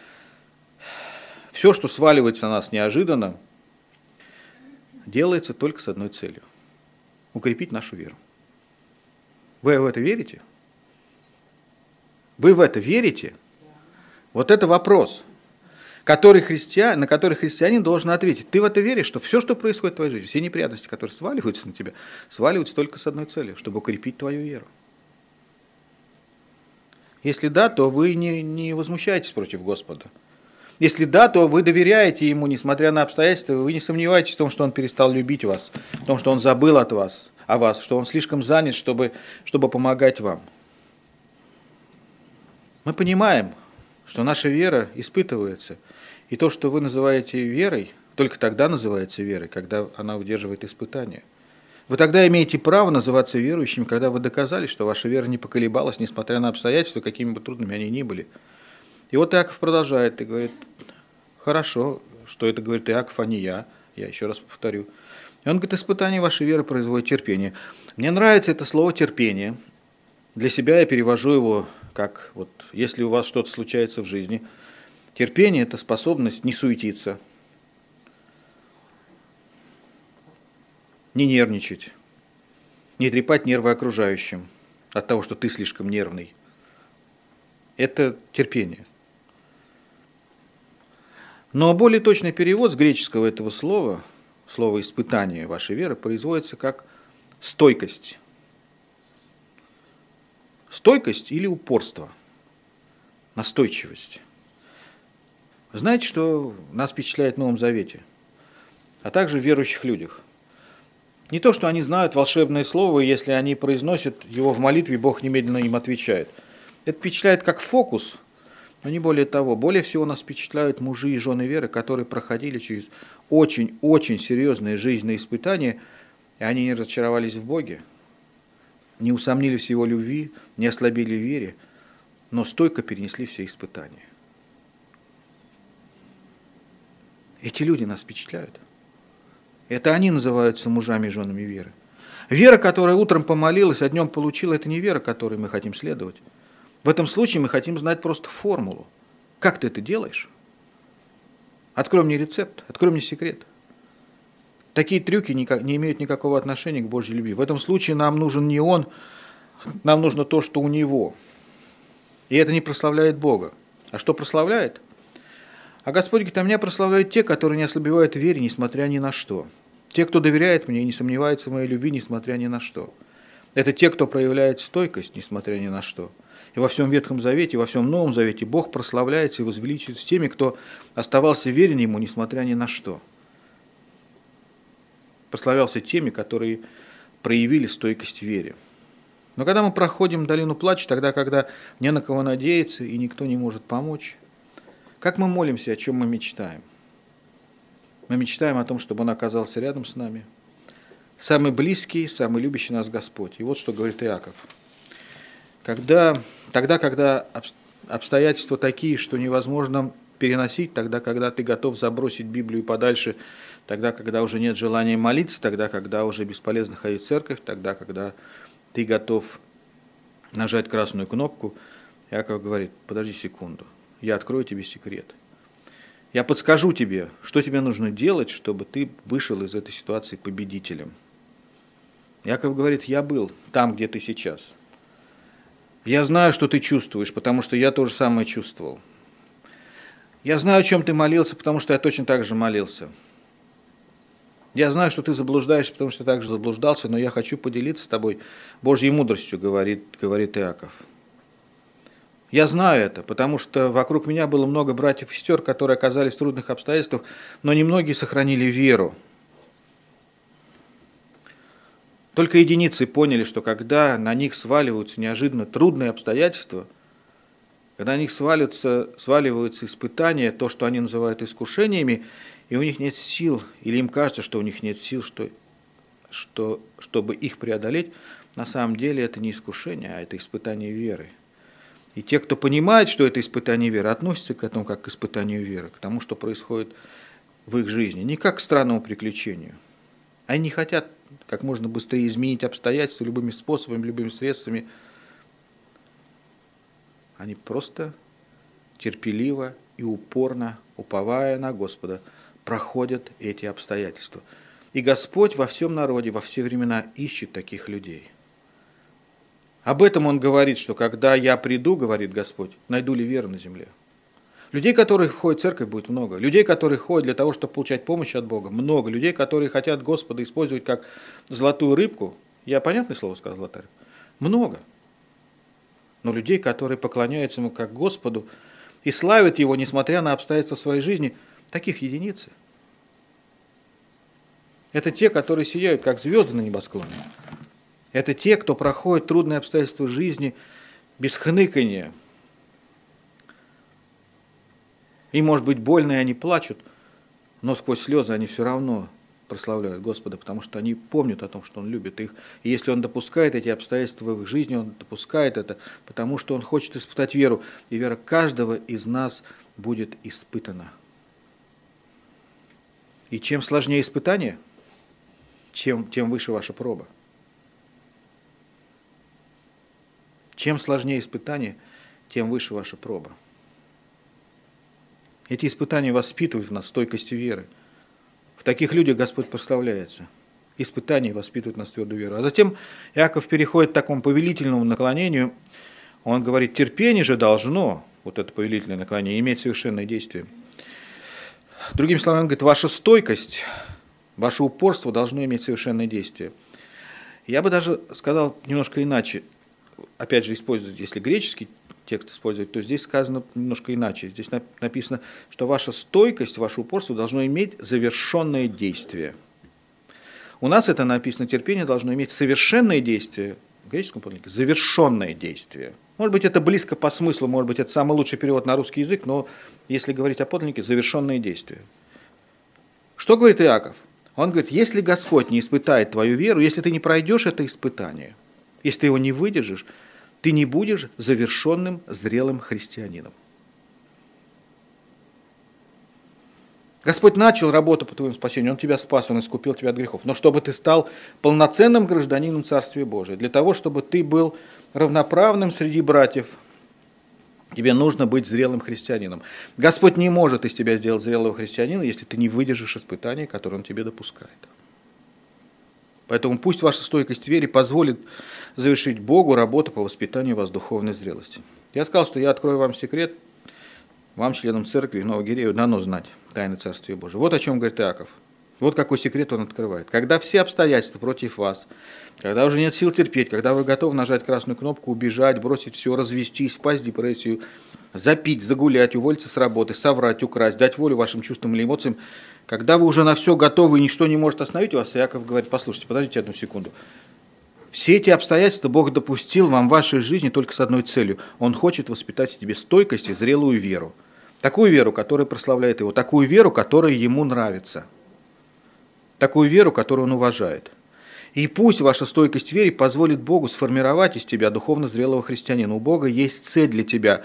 Все, что сваливается на нас неожиданно, делается только с одной целью – укрепить нашу веру. Вы в это верите? Вы в это верите? Вот это вопрос, на который христианин должен ответить. Ты в это веришь, что все, что происходит в твоей жизни, все неприятности, которые сваливаются на тебя, сваливаются только с одной целью, чтобы укрепить твою веру. Если да, то вы не возмущаетесь против Господа. Если да, то вы доверяете Ему, несмотря на обстоятельства, вы не сомневаетесь в том, что Он перестал любить вас, в том, что Он забыл о вас, что Он слишком занят, чтобы помогать вам. Мы понимаем, что наша вера испытывается, и то, что вы называете верой, только тогда называется верой, когда она удерживает испытания. Вы тогда имеете право называться верующим, когда вы доказали, что ваша вера не поколебалась, несмотря на обстоятельства, какими бы трудными они ни были. И вот Иаков продолжает и говорит, хорошо, что это говорит Иаков, а не я еще раз повторю. И он говорит, испытание вашей веры производит терпение. Мне нравится это слово терпение. Для себя я перевожу его как, вот, если у вас что-то случается в жизни, терпение – это способность не суетиться, не нервничать, не трепать нервы окружающим от того, что ты слишком нервный. Это терпение. Но более точный перевод с греческого этого слова, слово «испытание вашей веры», производится как стойкость. Стойкость или упорство, настойчивость. Знаете, что нас впечатляет в Новом Завете, а также в верующих людях? Не то, что они знают волшебное слово, и если они произносят его в молитве, Бог немедленно им отвечает. Это впечатляет как фокус, но не более того. Более всего нас впечатляют мужи и жены веры, которые проходили через очень-очень серьезные жизненные испытания, и они не разочаровались в Боге, не усомнились в Его любви, не ослабели в вере, но стойко перенесли все испытания. Эти люди нас впечатляют. Это они называются мужами и женами веры. Вера, которая утром помолилась, а днем получила, это не вера, которой мы хотим следовать. В этом случае мы хотим знать просто формулу. Как ты это делаешь? Открой мне рецепт, открой мне секрет. Такие трюки не имеют никакого отношения к Божьей любви. В этом случае нам нужен не Он, нам нужно то, что у Него. И это не прославляет Бога. А что прославляет? А Господь говорит, а меня прославляют те, которые не ослабевают в вере, несмотря ни на что. Те, кто доверяет мне и не сомневается в моей любви, несмотря ни на что. Это те, кто проявляет стойкость, несмотря ни на что. И во всем Ветхом Завете, и во всем Новом Завете Бог прославляется и возвеличивается с теми, кто оставался верен Ему, несмотря ни на что. Прославлялся теми, которые проявили стойкость в вере. Но когда мы проходим долину плача, тогда, когда не на кого надеяться и никто не может помочь, как мы молимся, о чем мы мечтаем? Мы мечтаем о том, чтобы Он оказался рядом с нами. Самый близкий, самый любящий нас Господь. И вот что говорит Иаков. Когда обстоятельства такие, что невозможно переносить, тогда, когда ты готов забросить Библию подальше, тогда, когда уже нет желания молиться, тогда, когда уже бесполезно ходить в церковь, тогда, когда ты готов нажать красную кнопку, Иаков говорит, подожди секунду, я открою тебе секрет. Я подскажу тебе, что тебе нужно делать, чтобы ты вышел из этой ситуации победителем. Иаков говорит, я был там, где ты сейчас. Я знаю, что ты чувствуешь, потому что я то же самое чувствовал. Я знаю, о чем ты молился, потому что я точно так же молился. Я знаю, что ты заблуждаешься, потому что я также заблуждался, но я хочу поделиться с тобой Божьей мудростью, говорит Иаков. Я знаю это, потому что вокруг меня было много братьев и сестер, которые оказались в трудных обстоятельствах, но немногие сохранили веру. Только единицы поняли, что когда на них сваливаются неожиданно трудные обстоятельства, когда на них сваливаются испытания, то, что они называют искушениями, и у них нет сил, или им кажется, что у них нет сил, чтобы их преодолеть, на самом деле это не искушение, а это испытание веры. И те, кто понимает, что это испытание веры, относятся к этому как к испытанию веры, к тому, что происходит в их жизни, не как к странному приключению. Они не хотят как можно быстрее изменить обстоятельства любыми способами, любыми средствами. Они просто терпеливо и упорно, уповая на Господа, проходят эти обстоятельства. И Господь во всем народе, во все времена ищет таких людей. Об этом Он говорит, что когда я приду, говорит Господь, найду ли веру на земле? Людей, которые ходят в церковь, будет много. Людей, которые ходят для того, чтобы получать помощь от Бога, много. Людей, которые хотят Господа использовать как золотую рыбку. Я понятное слово сказал, золотая рыбка? Много. Но людей, которые поклоняются Ему как Господу и славят Его, несмотря на обстоятельства своей жизни, таких единицы. Это те, которые сияют, как звезды на небосклоне. Это те, кто проходит трудные обстоятельства жизни без хныканья. Им может быть больно, и они плачут, но сквозь слезы они все равно прославляют Господа, потому что они помнят о том, что Он любит их. И если Он допускает эти обстоятельства в их жизни, Он допускает это, потому что Он хочет испытать веру. И вера каждого из нас будет испытана. И чем сложнее испытание, тем выше ваша проба. Чем сложнее испытание, тем выше ваша проба. Эти испытания воспитывают в нас стойкость веры. В таких людях Господь прославляется. Испытания воспитывают в нас твердую веру. А затем Иаков переходит к такому повелительному наклонению. Он говорит, терпение же должно, вот это повелительное наклонение, иметь совершенное действие. Другими словами, он говорит, ваша стойкость, ваше упорство должно иметь совершенное действие. Я бы даже сказал немножко иначе. Опять же, использовать, если греческий текст использовать, то здесь сказано немножко иначе. Здесь написано, что ваша стойкость, ваше упорство должно иметь завершенное действие. У нас это написано, терпение должно иметь совершенное действие. В греческом подлиннике завершенное действие. Может быть, это близко по смыслу, может быть, это самый лучший перевод на русский язык, но если говорить о подлиннике, завершенное действие. Что говорит Иаков? Он говорит, если Господь не испытает твою веру, если ты не пройдешь это испытание, если ты его не выдержишь, ты не будешь завершенным, зрелым христианином. Господь начал работу по твоему спасению, Он тебя спас, Он искупил тебя от грехов. Но чтобы ты стал полноценным гражданином Царствия Божия, для того, чтобы ты был равноправным среди братьев, тебе нужно быть зрелым христианином. Господь не может из тебя сделать зрелого христианина, если ты не выдержишь испытания, которые Он тебе допускает. Поэтому пусть ваша стойкость в вере позволит завершить Богу работу по воспитанию вас духовной зрелости. Я сказал, что я открою вам секрет, вам, членам церкви Новогирею, дано знать тайны Царствия Божия. Вот о чем говорит Иаков. Вот какой секрет он открывает. Когда все обстоятельства против вас, когда уже нет сил терпеть, когда вы готовы нажать красную кнопку, убежать, бросить все, развестись, впасть в депрессию, запить, загулять, уволиться с работы, соврать, украсть, дать волю вашим чувствам или эмоциям, когда вы уже на все готовы и ничто не может остановить вас, Иаков говорит, послушайте, подождите одну секунду. Все эти обстоятельства Бог допустил вам в вашей жизни только с одной целью. Он хочет воспитать в тебе стойкость и зрелую веру. Такую веру, которая прославляет Его, такую веру, которая Ему нравится. Такую веру, которую Он уважает. И пусть ваша стойкость в вере позволит Богу сформировать из тебя духовно зрелого христианина. У Бога есть цель для тебя.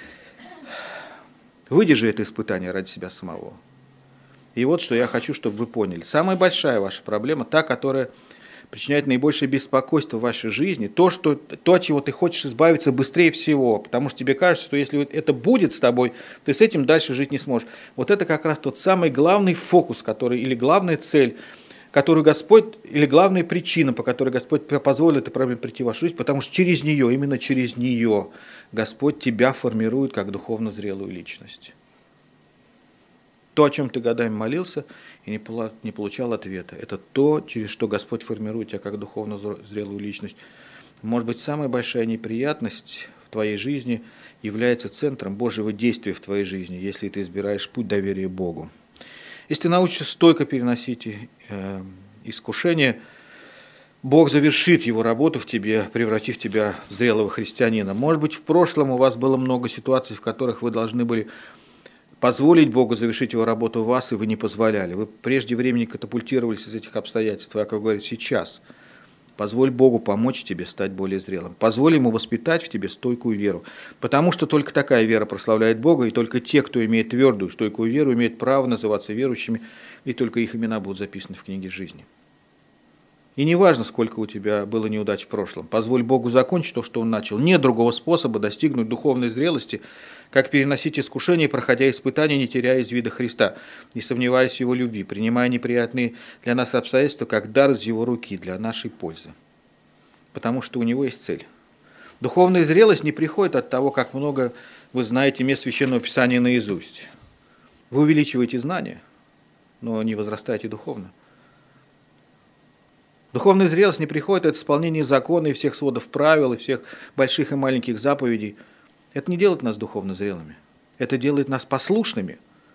Выдержи это испытание ради себя самого. И вот что я хочу, чтобы вы поняли. Самая большая ваша проблема, та, которая причиняет наибольшее беспокойство в вашей жизни, то, от чего ты хочешь избавиться быстрее всего, потому что тебе кажется, что если это будет с тобой, ты с этим дальше жить не сможешь. Вот это как раз тот самый главный фокус, или главная цель, которую Господь, или главная причина, по которой Господь позволил этой проблеме прийти в вашу жизнь, потому что через нее, именно через нее, Господь тебя формирует как духовно зрелую личность. То, о чем ты годами молился и не получал ответа, это то, через что Господь формирует тебя как духовно зрелую личность. Может быть, самая большая неприятность в твоей жизни является центром Божьего действия в твоей жизни, если ты избираешь путь доверия Богу. Если ты научишься стойко переносить искушения, Бог завершит Его работу в тебе, превратив тебя в зрелого христианина. Может быть, в прошлом у вас было много ситуаций, в которых вы должны были позволить Богу завершить Его работу в вас, и вы не позволяли. Вы прежде времени катапультировались из этих обстоятельств, а, как говорит, сейчас. Позволь Богу помочь тебе стать более зрелым. Позволь Ему воспитать в тебе стойкую веру. Потому что только такая вера прославляет Бога, и только те, кто имеет твердую, стойкую веру, имеют право называться верующими, и только их имена будут записаны в книге жизни. И не важно, сколько у тебя было неудач в прошлом. Позволь Богу закончить то, что Он начал. Нет другого способа достигнуть духовной зрелости, как переносить искушения, проходя испытания, не теряя из вида Христа, не сомневаясь в Его любви, принимая неприятные для нас обстоятельства, как дар из Его руки для нашей пользы. Потому что у Него есть цель. Духовная зрелость не приходит от того, как много вы знаете мест Священного Писания наизусть. Вы увеличиваете знания, но не возрастаете духовно. Духовная зрелость не приходит от исполнения закона и всех сводов правил, и всех больших и маленьких заповедей. Это не делает нас духовно зрелыми. Это делает нас послушными.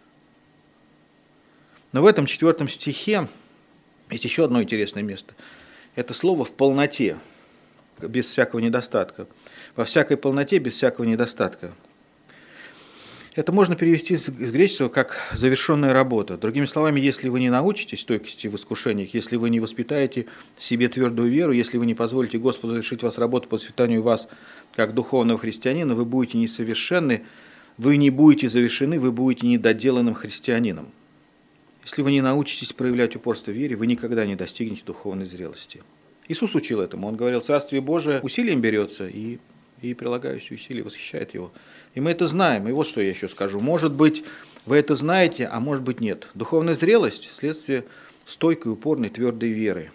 Но в этом 4 стихе есть еще одно интересное место. Это слово «в полноте», без всякого недостатка. Во всякой полноте, без всякого недостатка. Это можно перевести с греческого как «завершенная работа». Другими словами, если вы не научитесь стойкости в искушениях, если вы не воспитаете в себе твердую веру, если вы не позволите Господу завершить вас работу по воспитанию вас как духовного христианина, вы будете несовершенны, вы не будете завершены, вы будете недоделанным христианином. Если вы не научитесь проявлять упорство в вере, вы никогда не достигнете духовной зрелости. Иисус учил этому. Он говорил, Царствие Божие усилием берется, и прилагающие усилия восхищает его. И мы это знаем. И вот что я еще скажу. Может быть, вы это знаете, а может быть нет. Духовная зрелость – следствие стойкой, упорной, твердой веры,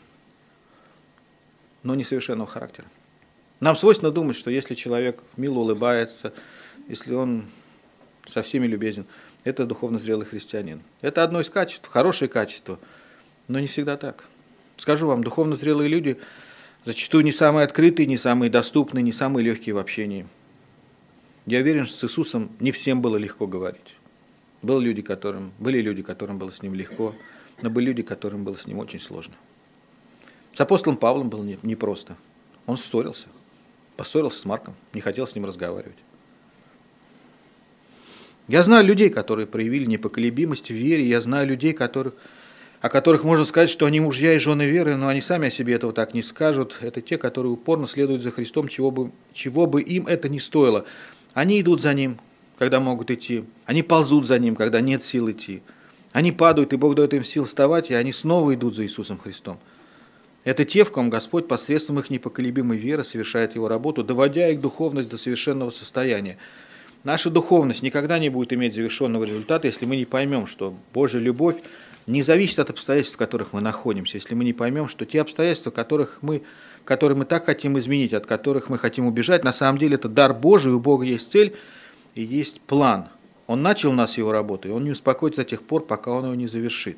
но несовершенного характера. Нам свойственно думать, что если человек мило улыбается, если он со всеми любезен, это духовно зрелый христианин. Это одно из качеств, хорошее качество, но не всегда так. Скажу вам, духовно зрелые люди зачастую не самые открытые, не самые доступные, не самые легкие в общении. Я уверен, что с Иисусом не всем было легко говорить. Были люди, которым было с Ним легко, но были люди, которым было с Ним очень сложно. С апостолом Павлом было непросто. Он поссорился с Марком, не хотел с ним разговаривать. Я знаю людей, которые проявили непоколебимость в вере, я знаю людей, о которых можно сказать, что они мужья и жены веры, но они сами о себе этого так не скажут. Это те, которые упорно следуют за Христом, чего бы им это ни стоило. Они идут за Ним, когда могут идти. Они ползут за Ним, когда нет сил идти. Они падают, и Бог дает им сил вставать, и они снова идут за Иисусом Христом. Это те, в ком Господь посредством их непоколебимой веры совершает Его работу, доводя их духовность до совершенного состояния. Наша духовность никогда не будет иметь завершенного результата, если мы не поймем, что Божья любовь не зависит от обстоятельств, в которых мы находимся, если мы не поймем, что те обстоятельства, которые мы так хотим изменить, от которых мы хотим убежать, на самом деле это дар Божий, у Бога есть цель и есть план. Он начал у нас его работу, и Он не успокоится до тех пор, пока Он его не завершит.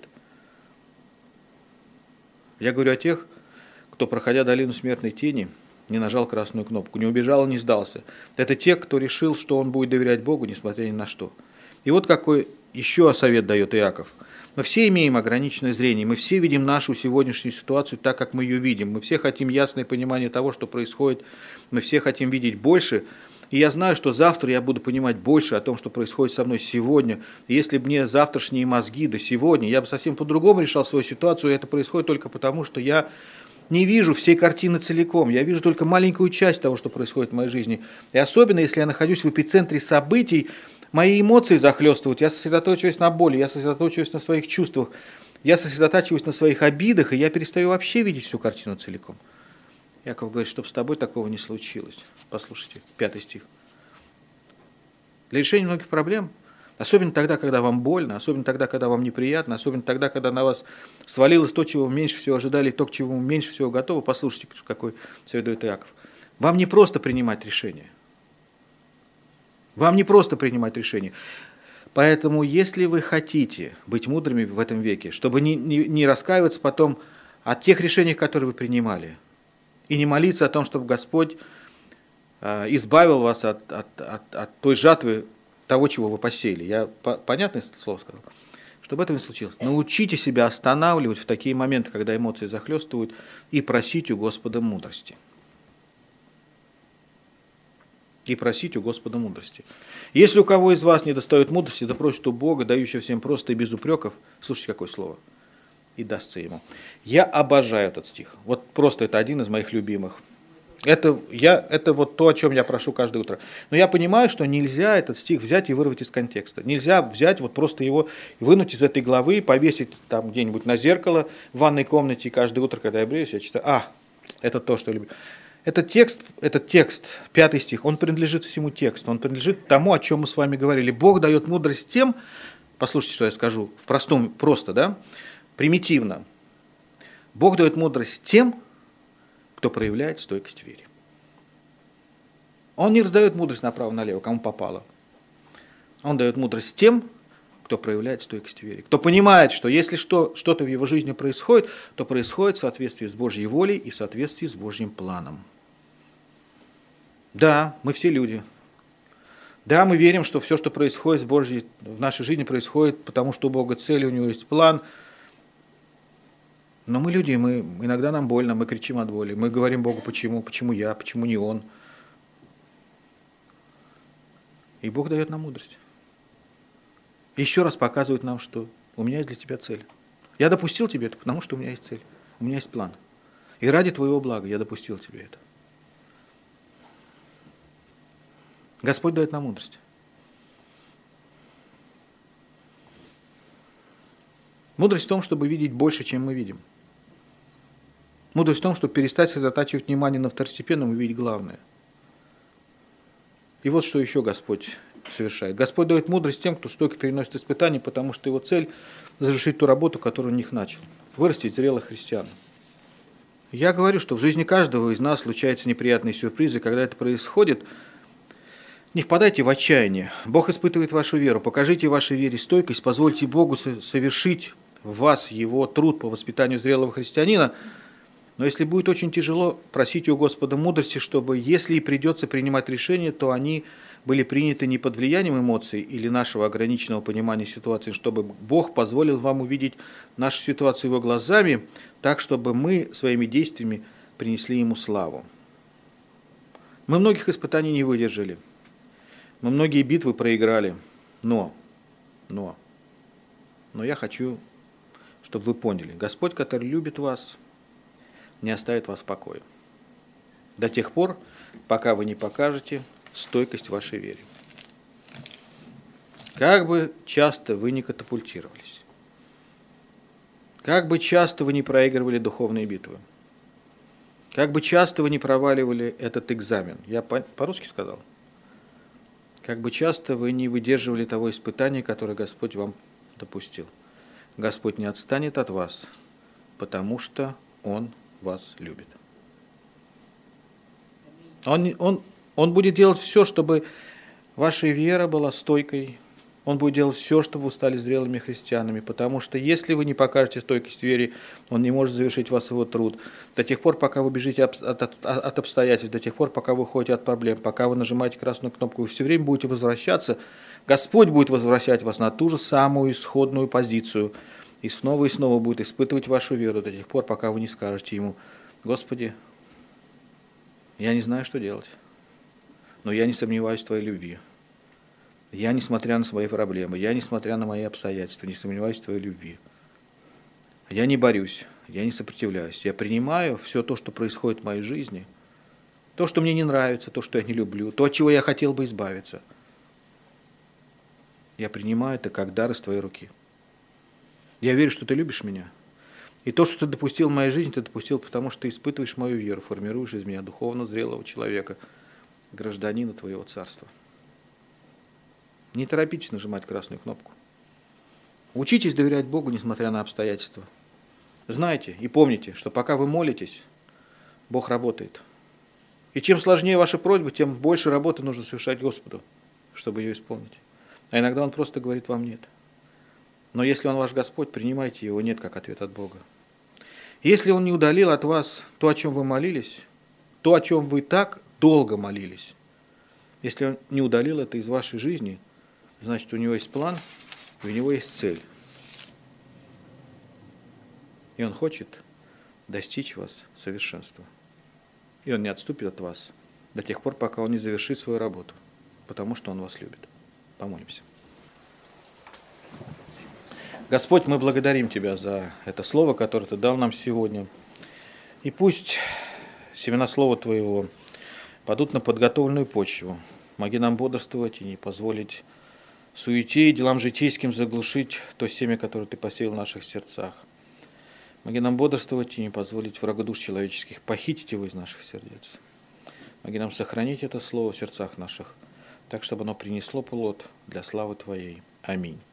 Я говорю о тех, кто, проходя долину смертной тени, не нажал красную кнопку, не убежал и не сдался. Это те, кто решил, что он будет доверять Богу, несмотря ни на что. И вот какой еще совет дает Иаков. Мы все имеем ограниченное зрение, мы все видим нашу сегодняшнюю ситуацию так, как мы ее видим. Мы все хотим ясное понимание того, что происходит, мы все хотим видеть больше. И я знаю, что завтра я буду понимать больше о том, что происходит со мной сегодня. И если бы мне завтрашние мозги до сегодня, я бы совсем по-другому решал свою ситуацию, и это происходит только потому, что я не вижу всей картины целиком, я вижу только маленькую часть того, что происходит в моей жизни. И особенно, если я нахожусь в эпицентре событий, мои эмоции захлестывают, я сосредоточиваюсь на боли, я сосредоточиваюсь на своих чувствах, я сосредотачиваюсь на своих обидах, и я перестаю вообще видеть всю картину целиком. Иаков говорит, чтобы с тобой такого не случилось. Послушайте, 5 стих. Для решения многих проблем, особенно тогда, когда вам больно, особенно тогда, когда вам неприятно, особенно тогда, когда на вас свалилось то, чего вы меньше всего ожидали, то, к чему вы меньше всего готовы, послушайте, какой совет дает Иаков. Вам не просто принимать решения. Вам не просто принимать решения. Поэтому, если вы хотите быть мудрыми в этом веке, чтобы не раскаиваться потом о тех решениях, которые вы принимали, и не молиться о том, чтобы Господь избавил вас от той жатвы, того, чего вы посеяли. Я понятное слово сказал? Чтобы этого не случилось. Научите себя останавливать в такие моменты, когда эмоции захлестывают, и просить у Господа мудрости. И просить у Господа мудрости. Если у кого из вас не достает мудрости, запросит у Бога, дающего всем просто и без упреков, слушайте, какое слово, и дастся ему. Я обожаю этот стих. Вот просто это один из моих любимых. Это вот то, о чем я прошу каждое утро. Но я понимаю, что нельзя этот стих взять и вырвать из контекста. Нельзя взять вот просто его, вынуть из этой главы, повесить там где-нибудь на зеркало в ванной комнате, и каждое утро, когда я бреюсь, я читаю, это то, что я люблю. Этот текст, 5 стих, он принадлежит всему тексту, он принадлежит тому, о чем мы с вами говорили. Бог дает мудрость тем, послушайте, что я скажу, примитивно. Бог дает мудрость тем, кто проявляет стойкость в вере. Он не раздает мудрость направо-налево, кому попало. Он дает мудрость тем, кто проявляет стойкость веры, кто понимает, что если что-то в его жизни происходит, то происходит в соответствии с Божьей волей и в соответствии с Божьим планом. Да, мы все люди. Да, мы верим, что все, что происходит в нашей жизни, происходит, потому что у Бога цель, у Него есть план. Но мы люди, иногда нам больно, мы кричим от боли. Мы говорим Богу, почему я, почему не Он. И Бог дает нам мудрость. Еще раз показывает нам, что у меня есть для тебя цель. Я допустил тебе это, потому что у меня есть цель, у меня есть план. И ради твоего блага я допустил тебе это. Господь дает нам мудрость. Мудрость в том, чтобы видеть больше, чем мы видим. Мудрость в том, чтобы перестать сосредотачивать внимание на второстепенном и видеть главное. И вот что еще Господь совершает. Господь дает мудрость тем, кто стойко переносит испытания, потому что его цель – завершить ту работу, которую он в них начал. Вырастить зрелых христиан. Я говорю, что в жизни каждого из нас случаются неприятные сюрпризы. Когда это происходит, не впадайте в отчаяние. Бог испытывает вашу веру. Покажите вашей вере стойкость, позвольте Богу совершить в вас его труд по воспитанию зрелого христианина. Но если будет очень тяжело, просите у Господа мудрости, чтобы, если и придется принимать решения, то они были приняты не под влиянием эмоций или нашего ограниченного понимания ситуации, чтобы Бог позволил вам увидеть нашу ситуацию его глазами, так, чтобы мы своими действиями принесли ему славу. Мы многих испытаний не выдержали. Мы многие битвы проиграли. Но я хочу, чтобы вы поняли, Господь, который любит вас, не оставит вас в покое. До тех пор, пока вы не покажете стойкость вашей вере. Как бы часто вы не катапультировались, как бы часто вы не проигрывали духовные битвы, как бы часто вы не проваливали этот экзамен, я по-русски сказал, как бы часто вы не выдерживали того испытания, которое Господь вам допустил, Господь не отстанет от вас, потому что Он вас любит. Он будет делать все, чтобы ваша вера была стойкой. Он будет делать все, чтобы вы стали зрелыми христианами, потому что если вы не покажете стойкость в вере, Он не может завершить вас его труд. До тех пор, пока вы бежите от обстоятельств, до тех пор, пока вы уходите от проблем, пока вы нажимаете красную кнопку, вы все время будете возвращаться, Господь будет возвращать вас на ту же самую исходную позицию и снова будет испытывать вашу веру до тех пор, пока вы не скажете Ему: Господи, я не знаю, что делать, но я не сомневаюсь в Твоей любви. Я, несмотря на свои проблемы, я, несмотря на мои обстоятельства, не сомневаюсь в Твоей любви. Я не борюсь, я не сопротивляюсь. Я принимаю все то, что происходит в моей жизни, то, что мне не нравится, то, что я не люблю, то, от чего я хотел бы избавиться. Я принимаю это как дар из Твоей руки. Я верю, что Ты любишь меня. И то, что Ты допустил в моей жизни, Ты допустил, потому что Ты испытываешь мою веру, формируешь из меня духовно зрелого человека, гражданина Твоего царства. Не торопитесь нажимать красную кнопку. Учитесь доверять Богу, несмотря на обстоятельства. Знайте и помните, что пока вы молитесь, Бог работает. И чем сложнее ваши просьбы, тем больше работы нужно совершать Господу, чтобы ее исполнить. А иногда Он просто говорит вам «нет». Но если Он ваш Господь, принимайте Его «нет» как ответ от Бога. Если Он не удалил от вас то, о чем вы молились, то, о чем вы так долго молились, если Он не удалил это из вашей жизни, значит, у Него есть план, у Него есть цель. И Он хочет достичь вас совершенства. И Он не отступит от вас до тех пор, пока Он не завершит свою работу, потому что Он вас любит. Помолимся. Господь, мы благодарим Тебя за это слово, которое Ты дал нам сегодня. И пусть семена слова Твоего падут на подготовленную почву. Помоги нам бодрствовать и не позволить суете и делам житейским заглушить то семя, которое Ты посеял в наших сердцах. Помоги нам бодрствовать и не позволить врагу душ человеческих похитить его из наших сердец. Помоги нам сохранить это слово в сердцах наших, так, чтобы оно принесло плод для славы Твоей. Аминь.